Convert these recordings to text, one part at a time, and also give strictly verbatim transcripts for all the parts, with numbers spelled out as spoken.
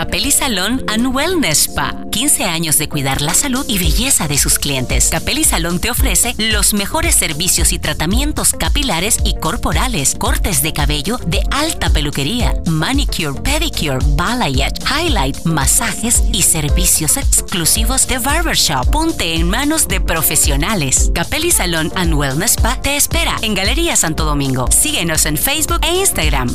Capelli Salon and Wellness Spa. quince años de cuidar la salud y belleza de sus clientes. Capelli Salon te ofrece los mejores servicios y tratamientos capilares y corporales, cortes de cabello de alta peluquería, manicure, pedicure, balayage, highlight, masajes y servicios exclusivos de barbershop. Ponte en manos de profesionales. Capelli Salon and Wellness Spa te espera en Galería Santo Domingo. Síguenos en Facebook e Instagram.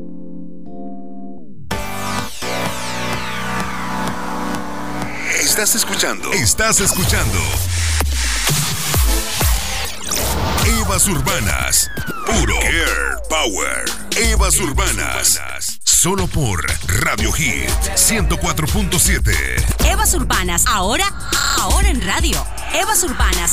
Estás escuchando. Estás escuchando. Evas Urbanas. Puro Care Power. Evas Urbanas. Solo por Radio Hit ciento cuatro punto siete. Evas Urbanas. Ahora, ahora en radio. Evas Urbanas.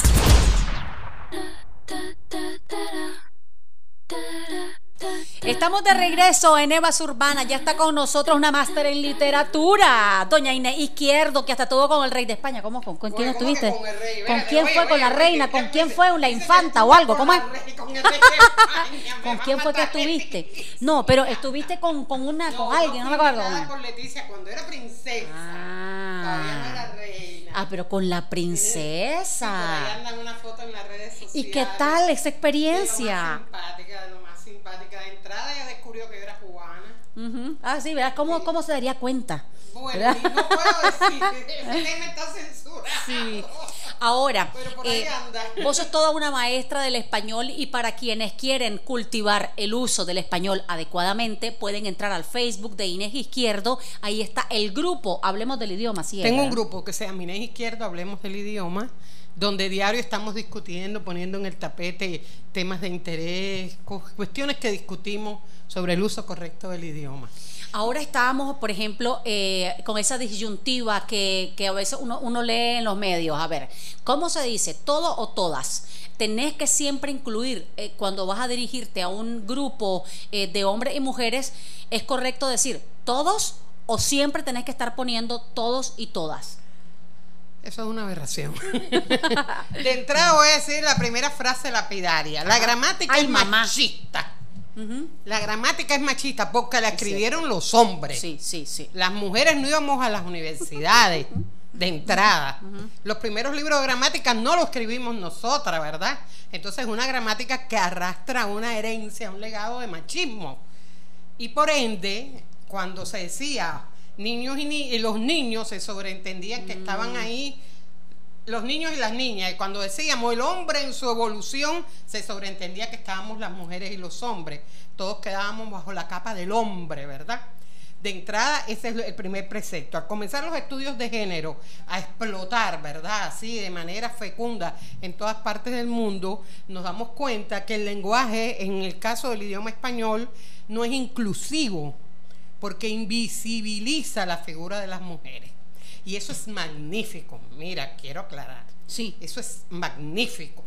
Estamos de regreso en Evas Urbanas. Ya está con nosotros una máster en literatura, doña Inés Izquierdo, que hasta tuvo con el rey de España. ¿Cómo? ¿Con, con quién Bueno, estuviste? ¿con el rey? ¿Con Espérate, quién oye, fue? oye, ¿Con la oye, reina? ya ¿Con me quién dice- fue? ¿La dice infanta que o algo? con ¿Cómo es? la rey- con el rey de España, me ¿Con va quién a fue que matar. estuviste? No, pero estuviste con, con una, No, con alguien, no yo me fui acuerdo. invitada por Leticia cuando era princesa. Todavía no era reina. Ah, pero con la Sí, por ahí princesa. andan una foto en las redes sociales. ¿Y qué tal esa De experiencia? lo más simpática, de lo más simpática. De entrada ella descubrió que yo era cubana. Ujú. Ah, sí, ¿verdad? ¿Cómo, ¿Cómo se daría cuenta? Bueno, ¿Verdad? y no puedo decir, usted me está censurando. Sí. Ahora, Pero por ahí eh, anda. vos sos toda una maestra del español y para quienes quieren cultivar el uso del español adecuadamente, pueden entrar al Facebook de Inés Izquierdo. Ahí está el grupo Hablemos del Idioma. ¿Sí es, Tengo un verdad? grupo que se llama Inés Izquierdo, Hablemos del Idioma, donde diario estamos discutiendo, poniendo en el tapete temas de interés, cu- cuestiones que discutimos sobre el uso correcto del idioma. Ahora estábamos, por ejemplo, eh, con esa disyuntiva que, que a veces uno, uno lee en los medios. A ver, ¿cómo se dice? ¿Todo o todas? Tenés que siempre incluir, eh, cuando vas a dirigirte a un grupo eh, de hombres y mujeres, ¿es correcto decir todos o siempre tenés que estar poniendo todos y todas? Eso es una aberración. De entrada voy a decir la primera frase lapidaria. La gramática Ay, es mamá. machista. Uh-huh. La gramática es machista porque la escribieron los hombres. Sí, sí, sí. Las mujeres no íbamos a las universidades de entrada. Los primeros libros de gramática no los escribimos nosotras, ¿verdad? Entonces es una gramática que arrastra una herencia, un legado de machismo. Y por ende, cuando se decía niños y, ni y los niños, se sobreentendían que mm. estaban ahí los niños y las niñas, y cuando decíamos el hombre en su evolución, se sobreentendía que estábamos las mujeres y los hombres, todos quedábamos bajo la capa del hombre, ¿verdad? De entrada, ese es el primer precepto. Al comenzar los estudios de género a explotar, ¿verdad? Así, de manera fecunda en todas partes del mundo, nos damos cuenta que el lenguaje, en el caso del idioma español, no es inclusivo, porque invisibiliza la figura de las mujeres. Y eso es magnífico. Mira, quiero aclarar. Sí. Eso es magnífico.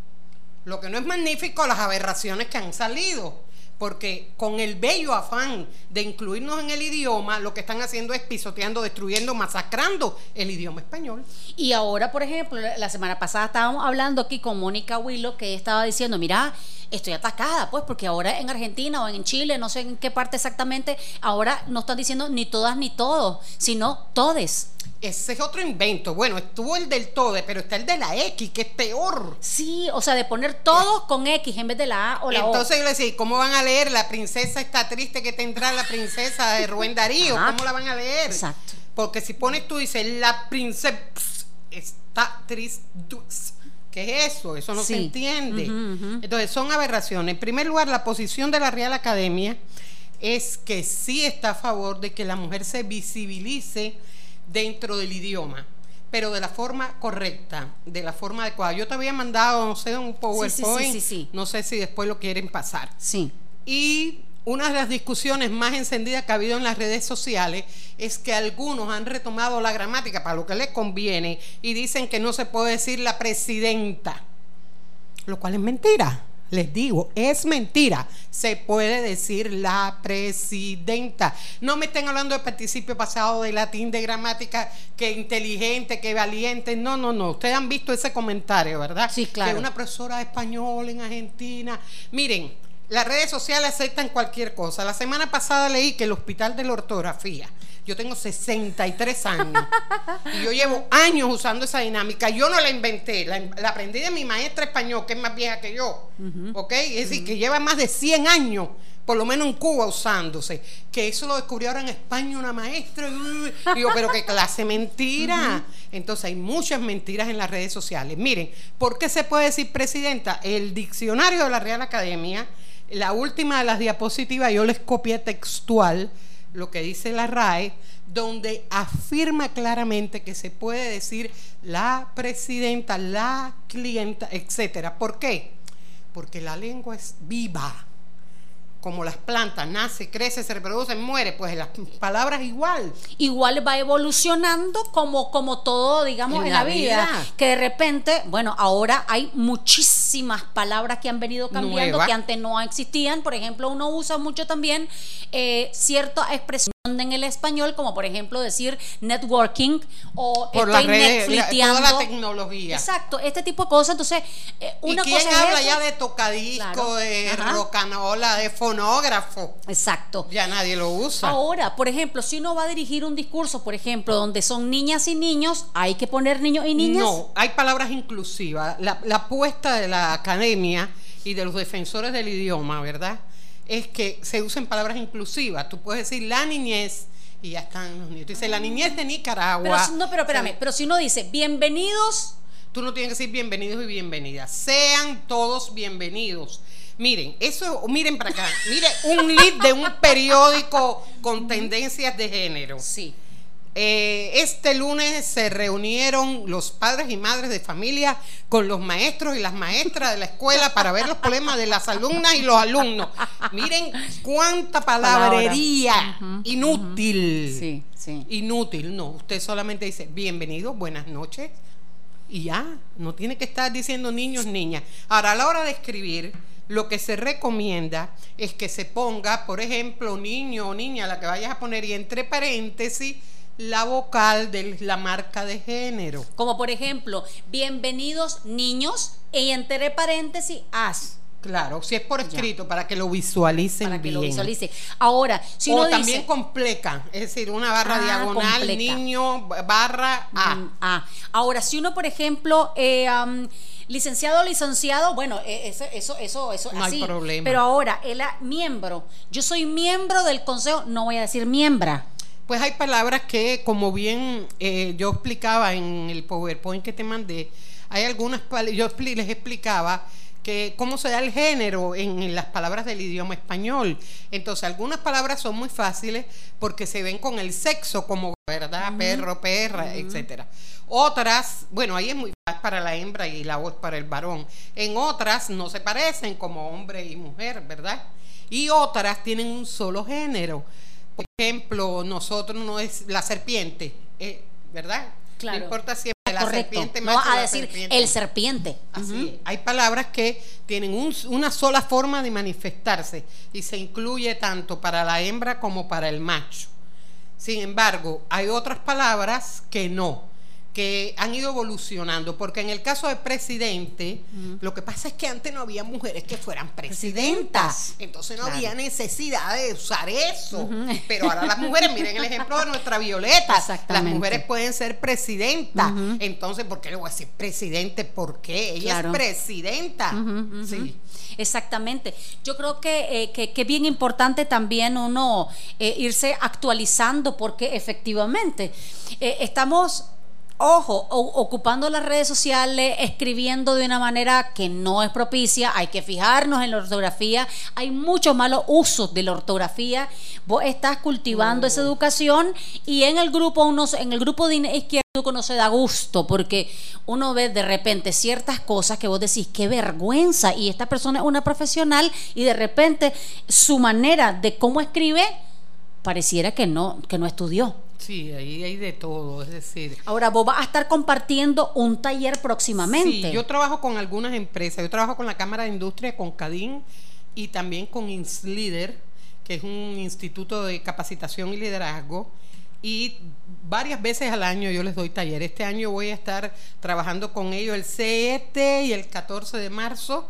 Lo que no es magnífico, las aberraciones que han salido. Porque con el bello afán de incluirnos en el idioma, lo que están haciendo es pisoteando, destruyendo, masacrando el idioma español. Y ahora, por ejemplo, la semana pasada estábamos hablando aquí con Mónica Willow, que estaba diciendo, mira, estoy atacada, pues, porque ahora en Argentina o en Chile, no sé en qué parte exactamente, ahora no están diciendo ni todas ni todos, sino todes. Ese es otro invento. Bueno, estuvo el del tode, pero está el de la X, que es peor. Sí, o sea, de poner todos con X en vez de la A o la O. Entonces yo le decía, ¿cómo van a leer La princesa está triste que tendrá la princesa de Rubén Darío? Ajá. ¿Cómo la van a leer? Exacto. Porque si pones tú, dices, la princesa está triste. ¿Qué es eso? Eso no Sí. se entiende. Uh-huh, uh-huh. Entonces son aberraciones. En primer lugar, la posición de la Real Academia es que sí está a favor de que la mujer se visibilice dentro del idioma, pero de la forma correcta, de la forma adecuada. Yo te había mandado, no sé, un PowerPoint, Sí, sí, sí, sí, sí. no sé si después lo quieren pasar. Sí. Y una de las discusiones más encendidas que ha habido en las redes sociales es que algunos han retomado la gramática para lo que les conviene y dicen que no se puede decir la presidenta, lo cual es mentira. Les digo, es mentira. Se puede decir la presidenta. No me estén hablando de participio pasado, de latín, de gramática, que inteligente, que valiente. No, no, no. Ustedes han visto ese comentario, ¿verdad? Sí, claro. Que una profesora de español en Argentina. Miren, las redes sociales aceptan cualquier cosa. La semana pasada leí que el Hospital de la Ortografía Yo tengo sesenta y tres años y yo llevo años usando esa dinámica. Yo no la inventé, la, la aprendí de mi maestra español, que es más vieja que yo, uh-huh. ¿ok? Es decir, uh-huh. que lleva más de cien años, por lo menos en Cuba, usándose. Que eso lo descubrió ahora en España una maestra. Y digo, pero qué clase mentira. Uh-huh. Entonces hay muchas mentiras en las redes sociales. Miren, ¿por qué se puede decir presidenta? El diccionario de la Real Academia, la última de las diapositivas, yo les copié textual lo que dice la R A E, donde afirma claramente que se puede decir la presidenta, la clienta, etcétera. ¿Por qué? Porque la lengua es viva, como las plantas, nace, crece, se reproduce, muere, pues las palabras igual. Igual va evolucionando como, como todo, digamos, en, en la, la vida, vida. Que de repente, bueno, ahora hay muchísimas palabras que han venido cambiando, Nueva. que antes no existían. Por ejemplo, uno usa mucho también eh, cierta expresión en el español, como por ejemplo decir networking o por estoy redes, netfliteando. Toda la tecnología. Exacto, este tipo de cosas. Entonces, eh, una ¿Y quién cosa habla es ya de tocadisco, claro. de Ajá. rocanola, de fonógrafo? Exacto. Ya nadie lo usa. Ahora, por ejemplo, si uno va a dirigir un discurso, por ejemplo, donde son niñas y niños, ¿hay que poner niños y niñas? No, hay palabras inclusivas. La, la apuesta de la academia y de los defensores del idioma, ¿verdad?, es que se usen palabras inclusivas. Tú puedes decir la niñez y ya están los niños. Tú dices la niñez de Nicaragua. Pero, no, pero espérame, pero si uno dice bienvenidos. Tú no tienes que decir bienvenidos y bienvenidas. Sean todos bienvenidos. Miren, eso, miren para acá. Miren, un lead de un periódico con tendencias de género. Sí. Eh, este lunes se reunieron los padres y madres de familia con los maestros y las maestras de la escuela para ver los problemas de las alumnas y los alumnos. Miren cuánta palabrería uh-huh, inútil. Uh-huh. Sí, sí. Inútil, no. Usted solamente dice bienvenido, buenas noches y ya. No tiene que estar diciendo niños, niñas. Ahora, a la hora de escribir, lo que se recomienda es que se ponga, por ejemplo, niño o niña, la que vayas a poner, y entre paréntesis la vocal de la marca de género. Como por ejemplo, bienvenidos niños, y entre paréntesis, as. Claro, si es por escrito, ya. para que lo visualicen para que bien. lo visualice. Ahora, si o uno también dice, compleca, es decir, una barra ah, diagonal, completa. niño, barra A. Mm, ah. Ahora, si uno, por ejemplo, eh, um, licenciado, licenciado, bueno, eso, eso, eso, eso no así. hay problema. Pero ahora, el miembro, yo soy miembro del consejo, no voy a decir miembra. Pues hay palabras que, como bien eh, yo explicaba en el PowerPoint que te mandé, hay algunas, yo les explicaba que cómo se da el género en, en las palabras del idioma español. Entonces, algunas palabras son muy fáciles porque se ven con el sexo, como verdad, uh-huh. perro, perra, uh-huh. etcétera. Otras, bueno, ahí es muy fácil para la hembra y la voz para el varón. En otras no se parecen, como hombre y mujer, ¿verdad? Y otras tienen un solo género. Por ejemplo, nosotros no es la serpiente, eh, ¿verdad? Claro. No importa si es la Correcto. serpiente no macho a la decir serpiente. el serpiente. Así uh-huh. es. Hay palabras que tienen un, una sola forma de manifestarse y se incluye tanto para la hembra como para el macho. Sin embargo, hay otras palabras que no, que han ido evolucionando, porque en el caso de presidente, uh-huh. lo que pasa es que antes no había mujeres que fueran presidentas, entonces no claro. había necesidad de usar eso, uh-huh. pero ahora las mujeres, miren el ejemplo de nuestra Violeta, las mujeres pueden ser presidentas, uh-huh. entonces, ¿por qué le voy a decir presidente? ¿Por qué? Ella claro. es presidenta, uh-huh, uh-huh. sí. Exactamente. Yo creo que es que, que bien importante también uno eh, irse actualizando, porque efectivamente eh, estamos... Ojo, ocupando las redes sociales, escribiendo de una manera que no es propicia, hay que fijarnos en la ortografía, hay muchos malos usos de la ortografía. Vos estás cultivando oh. esa educación, y en el grupo uno, en el grupo de izquierda uno se da gusto, porque uno ve de repente ciertas cosas que vos decís, qué vergüenza, y esta persona es una profesional, y de repente su manera de cómo escribe pareciera que no, que no estudió. Sí, ahí hay de todo, es decir... Ahora, vos vas a estar compartiendo un taller próximamente. Sí, yo trabajo con algunas empresas, yo trabajo con la Cámara de Industria, con CADIN, y también con INSLIDER, que es un instituto de capacitación y liderazgo, y varias veces al año yo les doy taller. Este año voy a estar trabajando con ellos el siete y el catorce de marzo,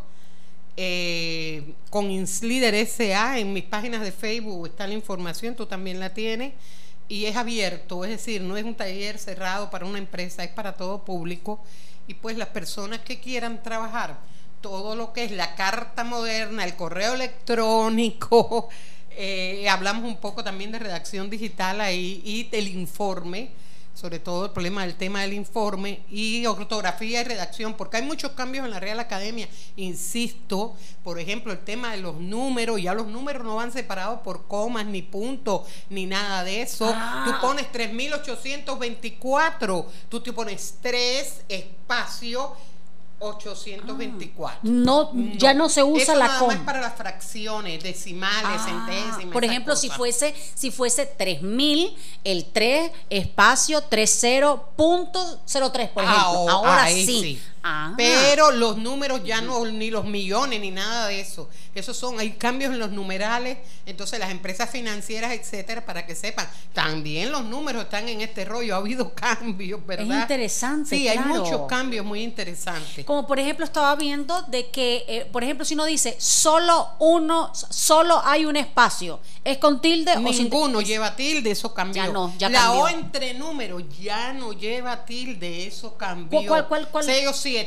eh, con INSLIDER S A. En mis páginas de Facebook está la información, tú también la tienes. y es abierto, es decir, no es un taller cerrado para una empresa, es para todo público, y pues las personas que quieran trabajar todo lo que es la carta moderna, el correo electrónico, eh, hablamos un poco también de redacción digital ahí y del informe, sobre todo el problema del tema del informe y ortografía y redacción, porque hay muchos cambios en la Real Academia, insisto, por ejemplo, el tema de los números, ya los números no van separados por comas, ni puntos, ni nada de eso. Ah. Tú pones tres mil ochocientos veinticuatro, tú te pones tres espacio ochocientos veinticuatro. No, no, ya no se usa eso la nada coma. más para las fracciones, decimales, Ah, centésimas. por ejemplo, si cosas. fuese si fuese tres mil, el tres espacio treinta punto cero tres, por ejemplo. Ah, oh, Ahora ahí sí. sí. Ah. Pero los números ya no, ni los millones, ni nada de eso. Esos son, hay cambios en los numerales. Entonces las empresas financieras, etcétera, para que sepan, también los números están en este rollo. Ha habido cambios, ¿verdad? Es interesante. Sí, claro. hay muchos cambios muy interesantes. Como por ejemplo estaba viendo de que, eh, por ejemplo, si uno dice solo uno, solo hay un espacio, ¿es con tilde o sin Ninguno tilde? lleva tilde, eso cambió. Ya no, ya La cambió. O entre números ya no lleva tilde, eso cambió. ¿Cuál, cuál, cuál? seis o siete.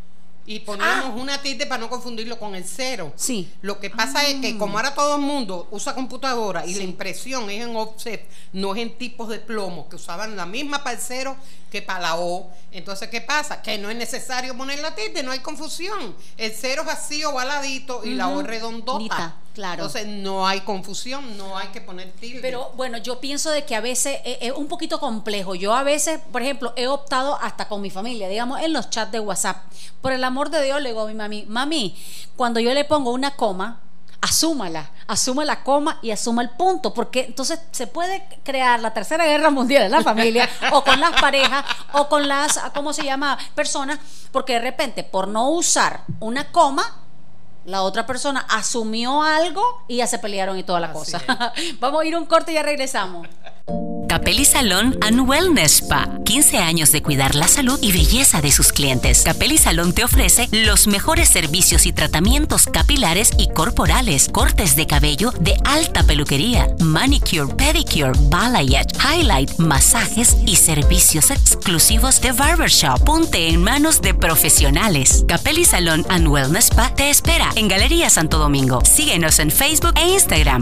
Y poníamos ah. una tilde para no confundirlo con el cero. Sí. Lo que pasa ah. es que como ahora todo el mundo usa computadora y sí. la impresión es en offset, no es en tipos de plomo, que usaban la misma para el cero que para la O. Entonces, ¿qué pasa? Que no es necesario poner la tilde, no hay confusión. El cero es vacío o aladito y uh-huh. la O es redondota. Nita, claro. Entonces, no hay confusión, no hay que poner tilde. Pero bueno, yo pienso de que a veces es, es un poquito complejo. Yo a veces, por ejemplo, he optado hasta con mi familia, digamos, en los chats de WhatsApp. Por el amor de Dios, le digo a mi mami, mami, cuando yo le pongo una coma, asúmala, asuma la coma y asuma el punto, porque entonces se puede crear la tercera guerra mundial en la familia o con las parejas o con las, ¿cómo se llama?, personas, porque de repente por no usar una coma, la otra persona asumió algo y ya se pelearon y toda la Así cosa. Vamos a ir a un corte y ya regresamos. Capelli Salón and Wellness Spa. quince años de cuidar la salud y belleza de sus clientes. Capelli Salón te ofrece los mejores servicios y tratamientos capilares y corporales, cortes de cabello de alta peluquería, manicure, pedicure, balayage, highlight, masajes y servicios exclusivos de barbershop. Ponte en manos de profesionales. Capelli Salón and Wellness Spa te espera en Galería Santo Domingo. Síguenos en Facebook e Instagram.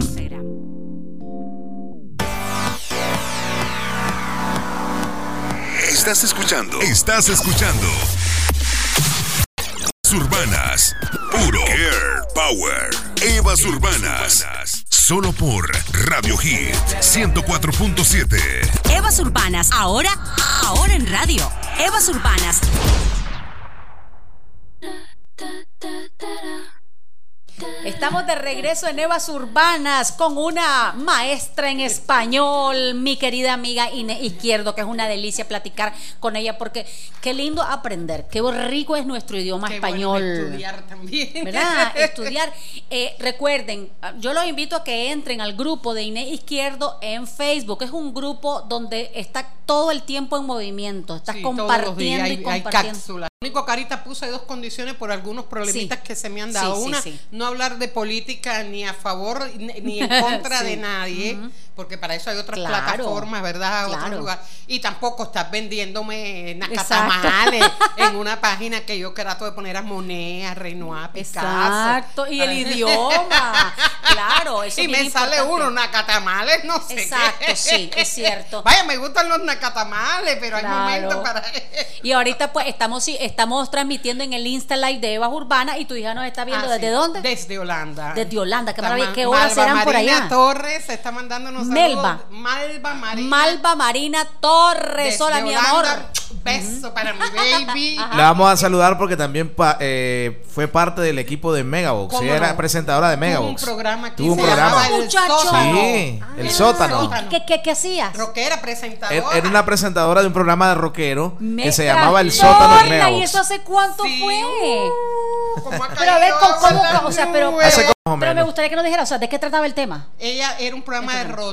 Estás escuchando. Estás escuchando. Urbanas. Puro Care Power. Evas Urbanas. Solo por Radio Hit ciento cuatro punto siete. Evas Urbanas. Ahora, ahora en radio. Evas Urbanas. Estamos de regreso en Evas Urbanas con una maestra en español, mi querida amiga Inés Izquierdo, que es una delicia platicar con ella porque qué lindo aprender, qué rico es nuestro idioma qué español. Bueno estudiar también. ¿Verdad? Estudiar. Eh, recuerden, yo los invito a que entren al grupo de Inés Izquierdo en Facebook. Es un grupo donde está todo el tiempo en movimiento, estás sí, compartiendo hay, y compartiendo. Hay cápsulas. Lo único que ahorita puse dos condiciones por algunos problemitas sí. que se me han dado. Sí, Una, sí, sí. no hablar de política ni a favor ni en contra sí. de nadie, uh-huh. porque para eso hay otras claro. plataformas, ¿verdad? Claro. Otros lugares. Y tampoco estás vendiéndome nacatamales en una página que yo trato de poner a Monet, a Renoir, Picasso. Exacto, y el idioma. Claro, eso y me importante. sale uno, nacatamales, no sé Exacto, qué. sí, es cierto. Vaya, me gustan los nacatamales, pero claro. hay momentos para y ahorita pues estamos estamos transmitiendo en el Insta Live de Evas Urbanas y tu hija nos está viendo. ¿Desde sí. dónde? Desde Holanda. Desde Holanda, qué maravilla. ¿Qué horas serán por allá? Marina Torres está mandándonos Melba. saludos. Malva Marina. Malva Marina Torres. Hola, mi amor. Beso uh-huh. para mi baby. La vamos a saludar porque también pa, eh, fue parte del equipo de Megabox. Ella era no? presentadora de Megabox. Tuvo un programa aquí. Tuvo un programa. El sótano. Sí, ah, el sótano. sótano. ¿Qué, qué, qué hacías? Rockera, presentadora. Era una presentadora de un programa de rockero Me que se llamaba El Sótano de Megabox. ¿Y eso hace cuánto sí. fue? ¿Cómo ha pero a ver, ¿cómo, cómo o sea, pero, hace pero, como pero me menos. gustaría que nos dijera, o sea, ¿de qué trataba el tema? Ella era un programa de rock.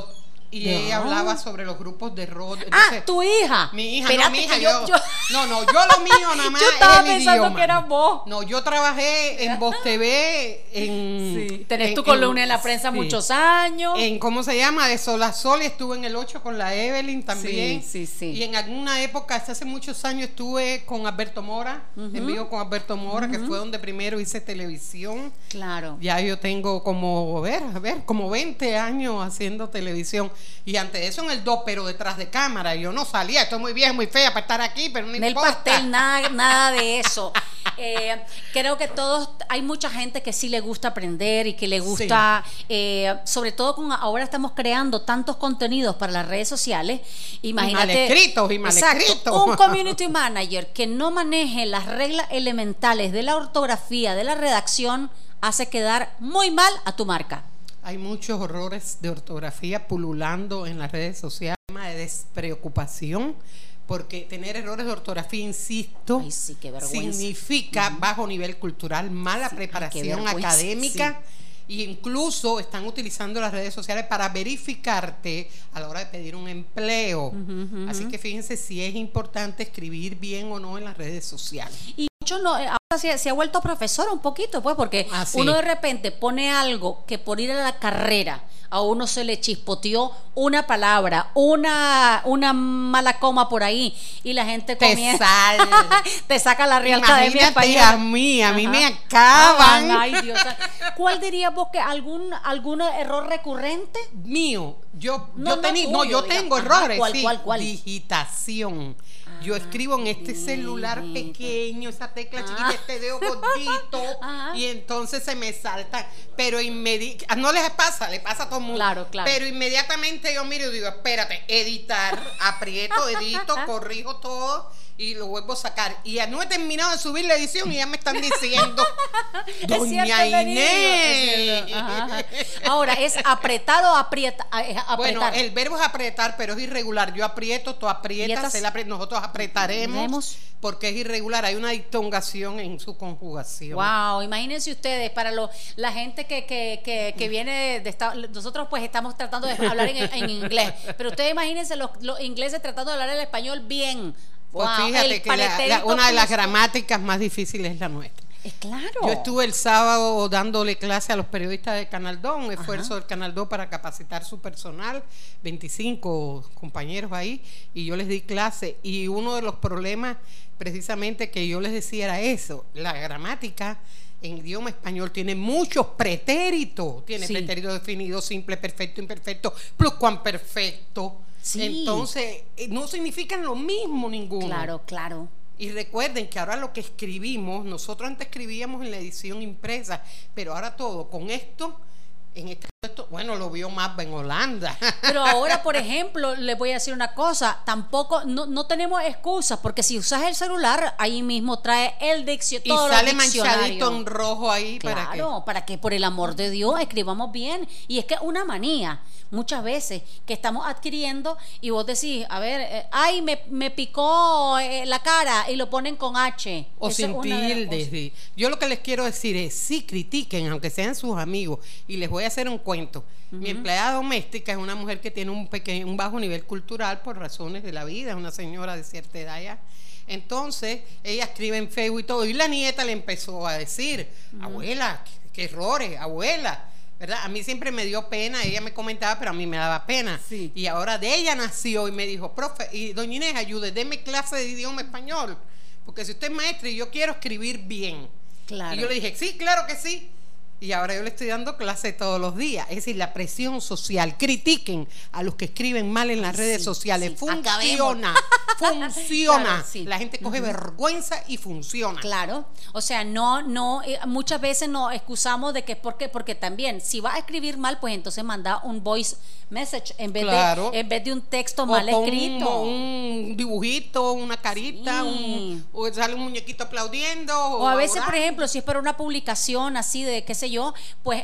Y No. ella hablaba sobre los grupos de rock. Entonces, Ah, tu hija. mi hija, Espérate no, mi hija, que yo, yo- no, no, yo lo mío nada más Yo estaba es el pensando idioma. que era vos. No, yo trabajé en Voz T V, en... Sí. Tenés en- tu columna en la prensa sí. muchos años. En, ¿cómo se llama? De Sol a Sol, y estuve en el ocho con la Evelyn también. Sí, sí, sí. Y en alguna época, hasta hace muchos años, estuve con Alberto Mora, en vivo con Alberto Mora, que fue donde primero hice televisión. Claro. Ya yo tengo como, a ver, a ver, como veinte años haciendo televisión. Y antes de eso en el dos, pero detrás de cámara. Yo no salía, estoy muy vieja, muy fea para estar aquí, pero no En el importa. pastel, nada, nada de eso. Eh, creo que todos, hay mucha gente que sí le gusta aprender y que le gusta, eh, sobre todo con ahora estamos creando tantos contenidos para las redes sociales. Imagínate. mal escritos y mal Exacto, escritos. un community manager que no maneje las reglas elementales de la ortografía, de la redacción, hace quedar muy mal a tu marca. Hay muchos horrores de ortografía pululando en las redes sociales, tema de despreocupación, porque tener errores de ortografía, insisto, Ay, sí, qué vergüenza. significa bajo nivel cultural, mala Sí, ay, qué preparación vergüenza, académica. Y incluso están utilizando las redes sociales para verificarte a la hora de pedir un empleo. Así que fíjense si es importante escribir bien o no en las redes sociales. Y mucho no, eh, ahora se, se ha vuelto profesora un poquito, pues, porque Ah, sí. uno de repente pone algo que por ir a la carrera a uno se le chispoteó una palabra, una, una mala coma por ahí, y la gente Te comienza, sal. te saca la Real Academia Imagínate Española. a mí, a mí Ajá. me acaban. Ay, Dios. ¿Cuál dirías vos que algún, algún error recurrente? Mío, yo, No, yo, no tení- no, tuyo, yo digamos. tengo Ajá, errores. ¿cuál, sí. cuál, cuál? Digitación. Yo Ah, escribo en este celular mijita. pequeño, esa tecla Ah. chiquita, este dedo gordito, Ajá. y entonces se me salta. Pero inmediatamente, no les pasa, le pasa a todo el mundo. Claro, claro. Pero inmediatamente yo miro y digo, espérate, editar, aprieto, edito, corrijo todo y lo vuelvo a sacar. Y ya no he terminado de subir la edición y ya me están diciendo, Es Doña cierto, Benigno, Inés. es cierto. Ajá, ajá. Ahora, ¿es apretar o aprieta, es apretar? Bueno, el verbo es apretar, pero es irregular. Yo aprieto, tú aprietas, ¿Aprietas? él apri- nosotros apretaremos, Aprietaremos. porque es irregular. Hay una dictongación en su conjugación. Wow, imagínense ustedes, para lo, la gente que, que, que, que viene de Estados, nosotros pues estamos tratando de hablar en, en inglés, pero ustedes imagínense los, los ingleses tratando de hablar el español bien. Pues Wow, fíjate el que la- la- paletérito una de las justo. gramáticas más difíciles es la nuestra. Es claro. Yo estuve el sábado dándole clase a los periodistas de Canal dos, un esfuerzo del Canal dos para capacitar su personal, veinticinco compañeros ahí, y yo les di clase, y uno de los problemas precisamente que yo les decía era eso, la gramática en idioma español tiene muchos pretéritos, tiene Sí. pretérito definido, simple, perfecto, imperfecto, pluscuamperfecto. Sí. Entonces, eh, no significan lo mismo ninguno. Claro, claro. Y recuerden que ahora lo que escribimos, nosotros antes escribíamos en la edición impresa, pero ahora todo con esto, en este esto, bueno, lo vio Mappa en Holanda. Pero ahora, por ejemplo, les voy a decir una cosa, tampoco, no, no tenemos excusas, porque si usas el celular, ahí mismo trae el diccio, Y todos sale los diccionarios. manchadito en rojo ahí para que... Claro, para que por el amor de Dios escribamos bien. Y es que una manía, muchas veces, que estamos adquiriendo y vos decís, a ver, eh, ay, me, me picó eh, la cara y lo ponen con H. O Eso sin es una de las tilde. cosas. Sí. Yo lo que les quiero decir es, sí critiquen, aunque sean sus amigos, y les voy a hacer un cuento. Mi empleada doméstica es una mujer que tiene un pequeño, un bajo nivel cultural por razones de la vida, es una señora de cierta edad ya. Entonces, ella escribe en Facebook y todo, y la nieta le empezó a decir, abuela, qué, qué errores, abuela, ¿verdad? A mí siempre me dio pena, ella me comentaba, pero a mí me daba pena. Sí. Y ahora de ella nació y me dijo, profe, y doña Inés, ayude, deme clase de idioma español, porque si usted es maestra y yo quiero escribir bien. Claro. Y yo le dije, sí, claro que sí. Y ahora yo le estoy dando clase todos los días. Es decir, la presión social. Critiquen a los que escriben mal en las Ay, redes sí, sociales. sí, Funciona. Funciona. Claro, sí. La gente coge vergüenza y funciona. Claro, o sea, no, no, eh, muchas veces nos excusamos de que es porque, porque también, si vas a escribir mal, pues entonces manda un voice message en vez Claro. de, en vez de un texto O mal pon escrito. Un, un dibujito, una carita, Sí. un, o sale un muñequito aplaudiendo. O a veces, por orando. ejemplo, si es para una publicación así de qué sé yo, pues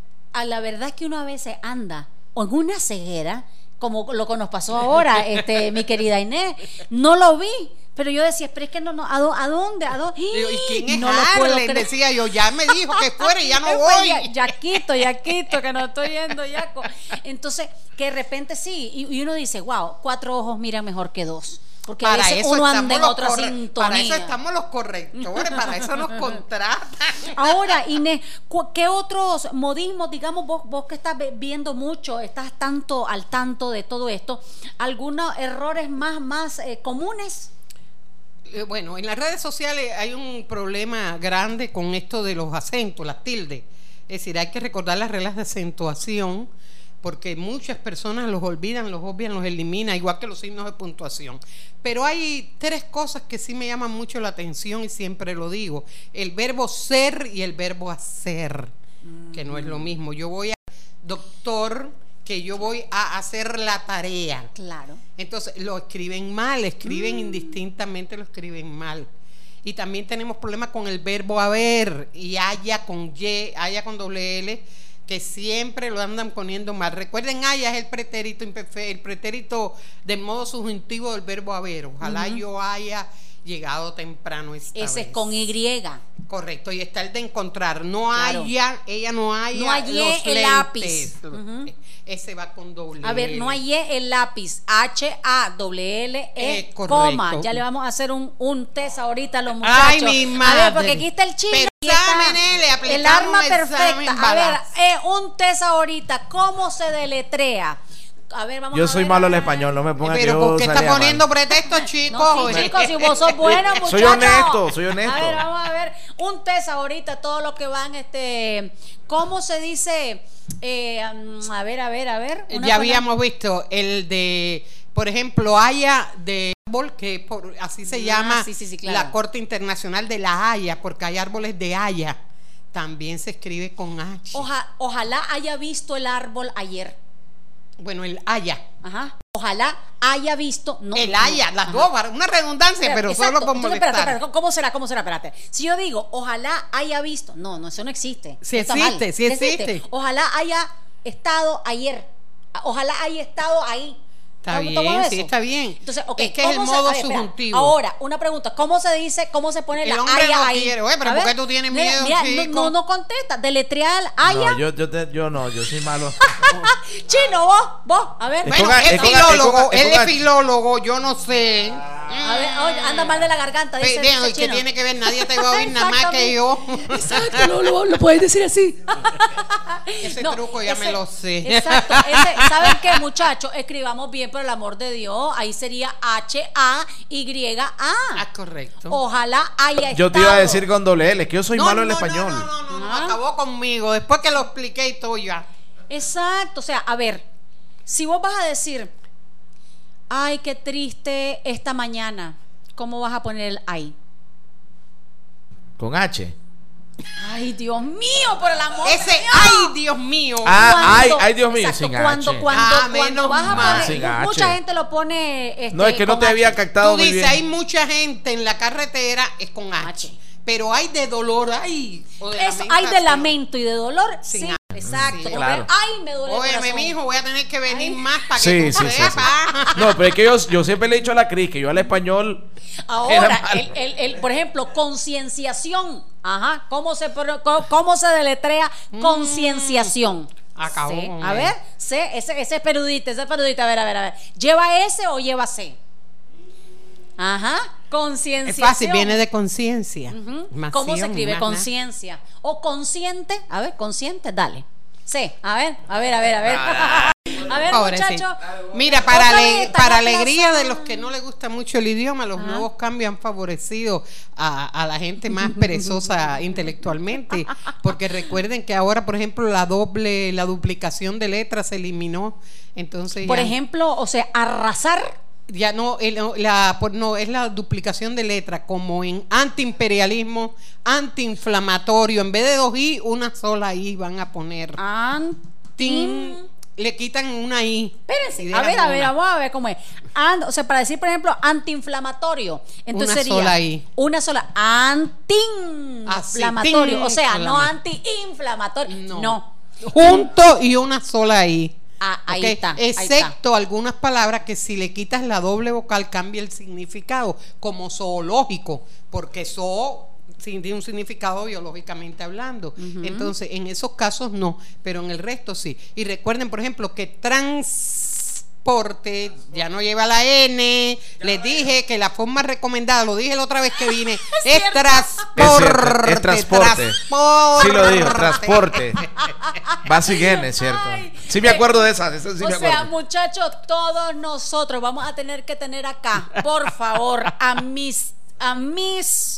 a la verdad es que uno a veces anda o en una ceguera, como lo que nos pasó ahora, este, mi querida Inés, no lo vi, Pero yo decía, pero es que no, no, ¿a, do, a dónde? ¿A dónde? Digo, ¿y quién es no lo puedo Harlem? creer. Decía yo, ya me dijo que fuera y ya no Pues, voy. Ya, ya quito, ya quito, que no estoy yendo ya. Entonces, que de repente sí, y, y uno dice, wow, cuatro ojos miran mejor que dos. Porque a veces uno anda en otra corre- sintonía. Para eso estamos los correctores, para eso nos contratan. Ahora, Inés, cu- ¿qué otros modismos, digamos, vos, vos que estás ve- viendo mucho, estás tanto al tanto de todo esto, algunos errores más, más eh, comunes? Eh, Bueno, en las redes sociales hay un problema grande con esto de los acentos, las tildes. Es decir, hay que recordar las reglas de acentuación, porque muchas personas los olvidan, los obvian, los eliminan, igual que los signos de puntuación. Pero hay tres cosas que sí me llaman mucho la atención y siempre lo digo: el verbo ser y el verbo hacer, mm. que no es lo mismo. Yo voy a doctor, que yo voy a hacer la tarea. Claro. Entonces lo escriben mal, escriben mm. indistintamente, lo escriben mal. Y también tenemos problemas con el verbo haber y haya con y, haya con doble L, que siempre lo andan poniendo mal. Recuerden, haya es el pretérito imperfecto, el pretérito del modo subjuntivo del verbo haber. Ojalá uh-huh. yo haya llegado temprano esta Ese vez. es con Y. Correcto, y está el de encontrar. No Claro. haya, ella no haya No hallé los el lentes. lápiz. Uh-huh. Ese va con doble A ver, L. no hallé el lápiz. H A W L E, Eh, coma. Ya le vamos a hacer un, un test ahorita a los muchachos. Ay, mi madre. A ver, porque aquí está el chino. Pero aquí está exámenes, le aplicamos el arma un examen perfecta. A ver, balazo. eh, un test ahorita. ¿Cómo se deletrea? A ver, vamos Yo a soy ver, malo a en ver. español, no me pongas que Pero yo ¿por qué está salía mal. poniendo pretextos, chicos? No, sí, chicos, si vos sos buenos, muchachos. Soy honesto, soy honesto. A ver, vamos a ver un test ahorita, todos los que van, este, ¿cómo se dice? Eh, a ver, a ver, a ver. Una Ya palabra. habíamos visto el de, por ejemplo, Haya de árbol, que por, así se Ah, llama sí, sí, sí, claro. la Corte Internacional de la Haya, porque hay árboles de Haya. También se escribe con H. Oja- ojalá haya visto el árbol ayer. Bueno, el Haya. Ajá. Ojalá haya visto. No, el no. Haya, las Ajá. dos, una redundancia, pero Exacto. solo por Entonces, molestar. espérate, espérate, ¿cómo será? ¿Cómo será? Espérate. Si yo digo, ojalá haya visto. No, no, eso no existe. Sí Está existe, mal. sí existe. Ojalá haya estado ayer. Ojalá haya estado ahí. Está ¿Cómo- cómo bien, es sí, eso? está bien. Entonces, ok, es que es el ¿cómo se- modo a ver, espera. subjuntivo. Ahora, una pregunta, ¿cómo se dice, cómo se pone El la hombre haya no ahí? quiere. Oye, pero A ¿por ver, qué tú tienes mira, miedo, mira, chico? No, no contesta, deletrear haya. No, yo, yo, te- yo no, yo soy malo. Chino, vos, vos, a ver. Es Bueno, con- es es con- filólogo, es con- es él con- es filólogo, yo no sé. A ver, oye, anda mal de la garganta, dice, Ve- dice vean, ¿qué Chino. tiene que ver? Nadie te va a oír nada más que yo. Exacto, lo, lo, lo puedes decir así. Ese truco ya me lo sé. Exacto, ese, ¿saben qué, muchachos? Escribamos bien, por el amor de Dios. Ahí sería H A Y A. Ah, correcto. Ojalá haya Yo te iba a estado. decir con doble L, es que yo soy No, malo en no, español. No, no, no, no, Ah. acabó conmigo. Después que lo expliqué y todo ya. Exacto, o sea, a ver, si vos vas a decir, ay, qué triste esta mañana, ¿cómo vas a poner el ay? Con H. Ay, Dios mío, por el amor de Ese, Dios. ay, Dios mío. Ah, ay, Cuando- ay, Dios mío, exacto, sin cuando, H. Cuando, Ah, cuando menos vas a mal. poner, Sin H. mucha gente lo pone. Este, No, es que no con te H. había captado Tú muy dices, bien. hay mucha gente en la carretera, es con H. H. Pero hay de dolor, ay. O de Eso, hay de lamentación. lamento y de dolor. Sin Sí, H. exacto. Sí, Como claro. ver, ay, me duele el Óyeme, corazón. mijo, voy a tener que venir Ay. más para que Sí, tú sí, sí, sí. sepas. No, pero es que yo, yo siempre le he dicho a la Cris que yo al español. Ahora, era malo. el, el, el, por ejemplo, concienciación. Ajá. ¿Cómo se, pro- cómo, cómo se deletrea concienciación? Acabó C. con A él. ver, C, ese, ese es perudita, ese es perudita. A ver, a ver, a ver. ¿Lleva S o lleva C? Ajá. Es Concienciación. fácil, viene de conciencia. Ujú. Más ¿Cómo se sion, escribe? más nada. Conciencia. O consciente. A ver, consciente, dale. C. A ver, a ver, a ver, a ver. A ver, Pobrecito. muchachos. Mira, para, Otra ale- vez, para la alegría plaza. de los que no les gusta mucho el idioma, los nuevos cambios han favorecido a, a la gente más perezosa intelectualmente, porque recuerden que ahora, por ejemplo, la doble, la duplicación de letras se eliminó, entonces Por ya, ejemplo, o sea, arrasar. ya no, el- la, por- no, es la duplicación de letras, como en antiimperialismo, antiinflamatorio, en vez de dos i, una sola i van a poner. Antim. Tin, le quitan una i. Espérense, y a dejan ver, a ver, una. vamos a ver cómo es. And- o sea, para decir, por ejemplo, antiinflamatorio. Entonces Una sería sola I. una sola. Antiinflamatorio. Así, O sea, no inflama- antiinflamatorio. No. No. Junto y una sola i. Ah, ahí ¿okay? está. Ahí Excepto está. algunas palabras que si le quitas la doble vocal cambia el significado, como zoológico, porque zoo tiene un significado biológicamente hablando. Uh-huh. Entonces, en esos casos no, pero en el resto sí. Y recuerden, por ejemplo, que transporte ya no lleva la N. Les dije que la forma recomendada, lo dije la otra vez que vine, es, es transporte. Es, cierto, es transporte. transporte. Sí lo digo, transporte. Basic N, es cierto. Ay, sí me acuerdo de esas. esas sí o me sea, acuerdo. muchachos, todos nosotros vamos a tener que tener acá, por favor, a mis a mis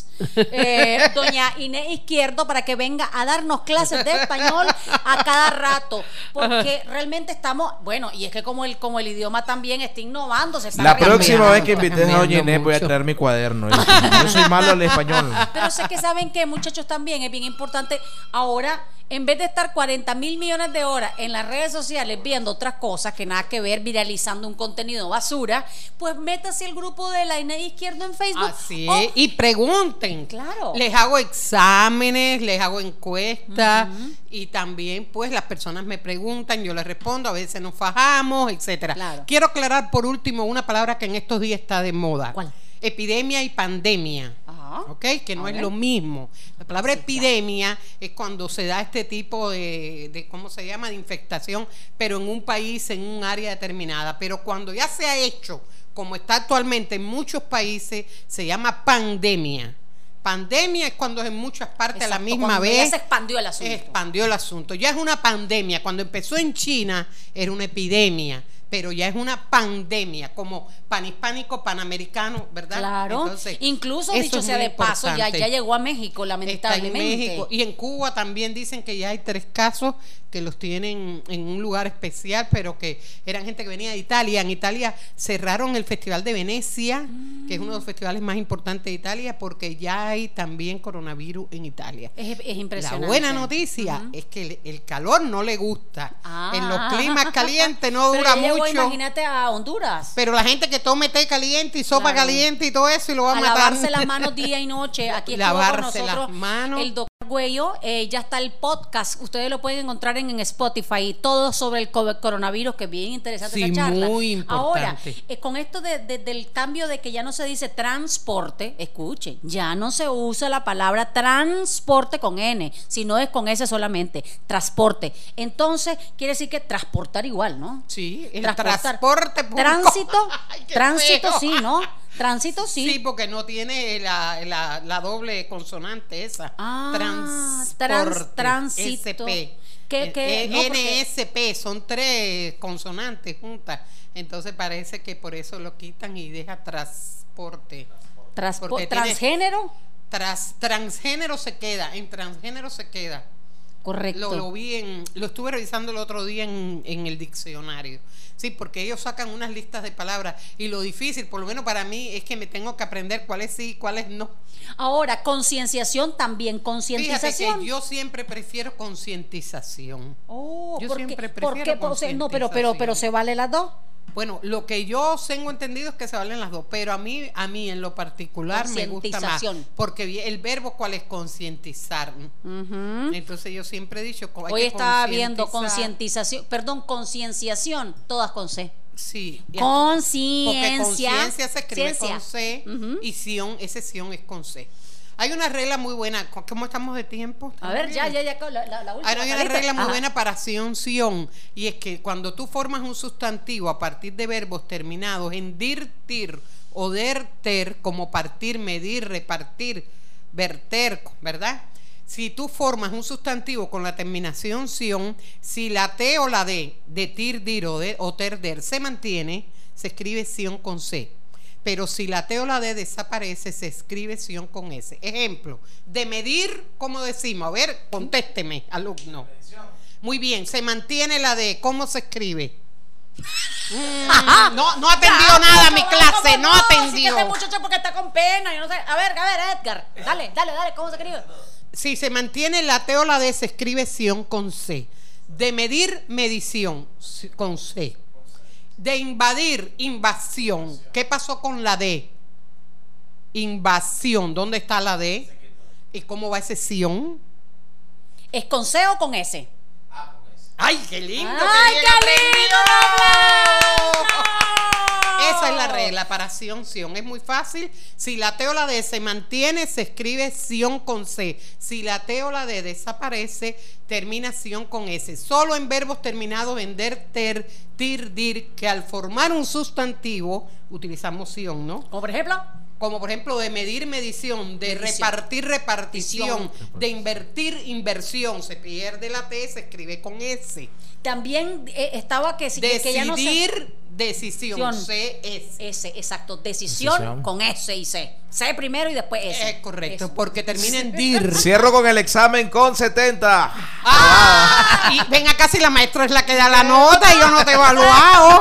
eh, doña Inés Izquierdo para que venga a darnos clases de español a cada rato, porque realmente estamos, bueno, y es que como el como el idioma también está innovando, se está la próxima vez que invites a doña Inés mucho. voy a traer mi cuaderno. Yo soy malo al español. Pero sé que saben que, muchachos, también es bien importante ahora, en vez de estar cuarenta mil millones de horas en las redes sociales viendo otras cosas que nada que ver, viralizando un contenido basura, pues métase al grupo de la Inés Izquierdo en Facebook. Así oh, es, y pregunten. Claro. Les hago exámenes, les hago encuestas, uh-huh. y también pues las personas me preguntan, yo les respondo, a veces nos fajamos, etcétera. Claro. Quiero aclarar por último una palabra que en estos días está de moda. ¿Cuál? Epidemia y pandemia. Ajá. ¿Ok? Que no a es ver. Lo mismo. La palabra sí, epidemia claro. es cuando se da este tipo de, de, ¿cómo se llama? De infectación, pero en un país, en un área determinada. Pero cuando ya se ha hecho, como está actualmente en muchos países, se llama pandemia. Pandemia es cuando es en muchas partes Exacto, a la misma vez. Ya se expandió el asunto. Expandió el asunto. Ya es una pandemia. Cuando empezó en China era una epidemia, pero ya es una pandemia, como panhispánico, panamericano, ¿verdad? Claro. Entonces, incluso dicho sea de paso, ya, ya llegó a México, lamentablemente. Está en México. Y en Cuba también dicen que ya hay tres casos que los tienen en un lugar especial, pero que eran gente que venía de Italia. En Italia cerraron el Festival de Venecia, mm. que es uno de los festivales más importantes de Italia, porque ya hay también coronavirus en Italia. Es, es impresionante. La buena noticia uh-huh. es que el, el calor no le gusta. Ah. En los climas calientes no dura mucho. Imagínate a Honduras. Pero la gente que tome té caliente y sopa claro. caliente y todo eso y lo va a, a matar. Lavarse las manos día y noche. Aquí estuvo Lavarse con nosotros las manos. el doctor Güello, eh, ya está el podcast. Ustedes lo pueden encontrar en, en Spotify. Y todo sobre el coronavirus, que es bien interesante sí, esa charla. Muy importante. Ahora, eh, con esto de, de, del cambio de que ya no se dice transporte, escuchen, ya no se usa la palabra transporte con N, sino es con S solamente, transporte. Entonces, quiere decir que transportar igual, ¿no? Sí, el transportar. transporte público. Tránsito, Ay, tránsito feo. sí, ¿no? Tránsito sí. Sí, porque no tiene la, la, la doble consonante esa. Ah, transporte. Trans, tránsito. S P. ¿Qué, qué? No, N S P, son tres consonantes juntas. Entonces parece que por eso lo quitan y deja transporte. Transpo ¿Transgénero? Tras, transgénero se queda, en transgénero se queda. Correcto. Lo, lo vi en, lo estuve revisando el otro día en, en el diccionario. Sí, porque ellos sacan unas listas de palabras y lo difícil, por lo menos para mí, es que me tengo que aprender cuáles sí y cuáles no. Ahora, concienciación también, concientización. Fíjate que yo siempre prefiero concientización. Oh, yo ¿por siempre qué? prefiero ¿Por qué? No, pero, pero, pero se vale las dos. Bueno, lo que yo tengo entendido es que se valen las dos, pero a mí, a mí en lo particular me gusta más, porque el verbo cuál es concientizar. Uh-huh. Entonces yo siempre he dicho, hay hoy que estaba viendo concientización, perdón, concienciación, todas con C. Sí. Conciencia. Porque conciencia se escribe Ciencia. con C uh-huh. y sion, ese sion es con C. Hay una regla muy buena. ¿Cómo estamos de tiempo? A ver, ya, ya, ya, la, la, la última. Hay una regla muy buena para sion, sion, y es que cuando tú formas un sustantivo a partir de verbos terminados en dir, tir o der, ter, como partir, medir, repartir, verter, ¿verdad? Si tú formas un sustantivo con la terminación sion, si la T o la D de tir, dir o, de, o ter, der se mantiene, se escribe sion con C. Pero si la T o la D desaparece, se escribe sion con S. Ejemplo, de medir, ¿cómo decimos? A ver, contésteme, alumno. Muy bien, se mantiene la D, ¿cómo se escribe? Mm, no, no atendió ya, nada a mi clase, no, no atendió. Si este muchacho porque está con pena, yo no sé. A ver, a ver, Edgar, dale, dale, dale, ¿cómo se escribe? Si se mantiene la T o la D, se escribe sion con C. De medir, medición, con C. De invadir, invasión. ¿Qué pasó con la D? Invasión. ¿Dónde está la D? ¿Y cómo va ese sion? ¿Es con C o con S? Ah, con S. ¡Ay, qué lindo! ¡Ay, qué, qué lindo! Esa es la regla para Sion, Sion. Es muy fácil. Si la T o la D se mantiene, se escribe Sion con C. Si la T o la D desaparece, termina Sion con S. Solo en verbos terminados en der, ter, tir, dir, que al formar un sustantivo utilizamos Sion, ¿no? Como por ejemplo... Como por ejemplo de medir, medición, de medición. Repartir, repartición, de invertir, inversión. Se pierde la T, se escribe con S. También eh, estaba que, Decidir, que ya no se... decisión, C, S. S, exacto, decisión, decisión con S y C. C primero y después S. Es correcto, eso. Porque termina en dir. Cierro con el examen con setenta. Ah, y ven acá, si la maestra es la que da la nota y yo no te he evaluado.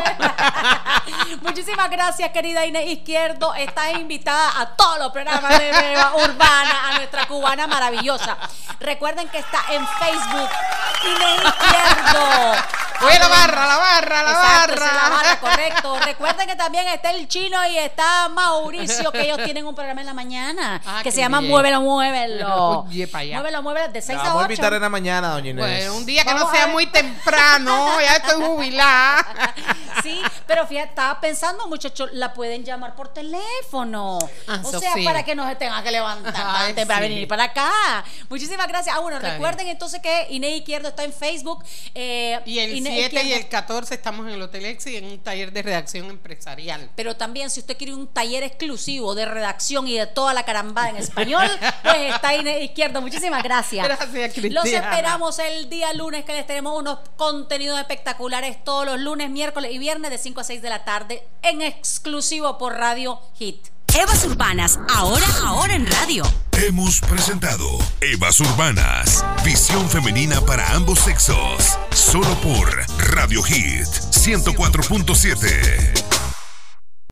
Muchísimas gracias, querida Inés Izquierdo. Estás invitada a todos los programas de Eva Urbana, a nuestra cubana maravillosa. Recuerden que está en Facebook, Inés Izquierdo. Voy a la barra, la barra, la Exacto, barra. La barra, correcto. Recuerden que también está el Chino y está Mauricio, que ellos tienen un programa en la mañana ah, que se llama bien. Muévelo, Muévelo. Oye, para allá. Muévelo, Muévelo, de seis a ocho. Vamos a invitar en la mañana, doña Inés. Bueno, un día que Vamos no sea muy temprano, ya estoy jubilada. Sí, pero fíjate, estaba pensando, muchachos, la pueden llamar por teléfono. Ah, o sea, sí. para que no se tenga que levantar Ay, antes sí. para venir para acá. Muchísimas gracias. Ah, bueno, está recuerden bien. Entonces que Inés Izquierdo está en Facebook. Eh, y el Inés siete Izquierdo. Y el catorce estamos en el Hotel Exi en un taller de redacción empresarial. Pero también, si usted quiere un taller exclusivo de redacción y de toda la carambada en español, pues está Inés Izquierdo. Muchísimas gracias. Gracias, Cristiana. Los esperamos el día lunes, que les tenemos unos contenidos espectaculares todos los lunes, miércoles y viernes de cinco a seis de la tarde en exclusivo por Radio Hit. Evas Urbanas, ahora, ahora en radio. Hemos presentado Evas Urbanas, visión femenina para ambos sexos, solo por Radio Hit ciento cuatro punto siete.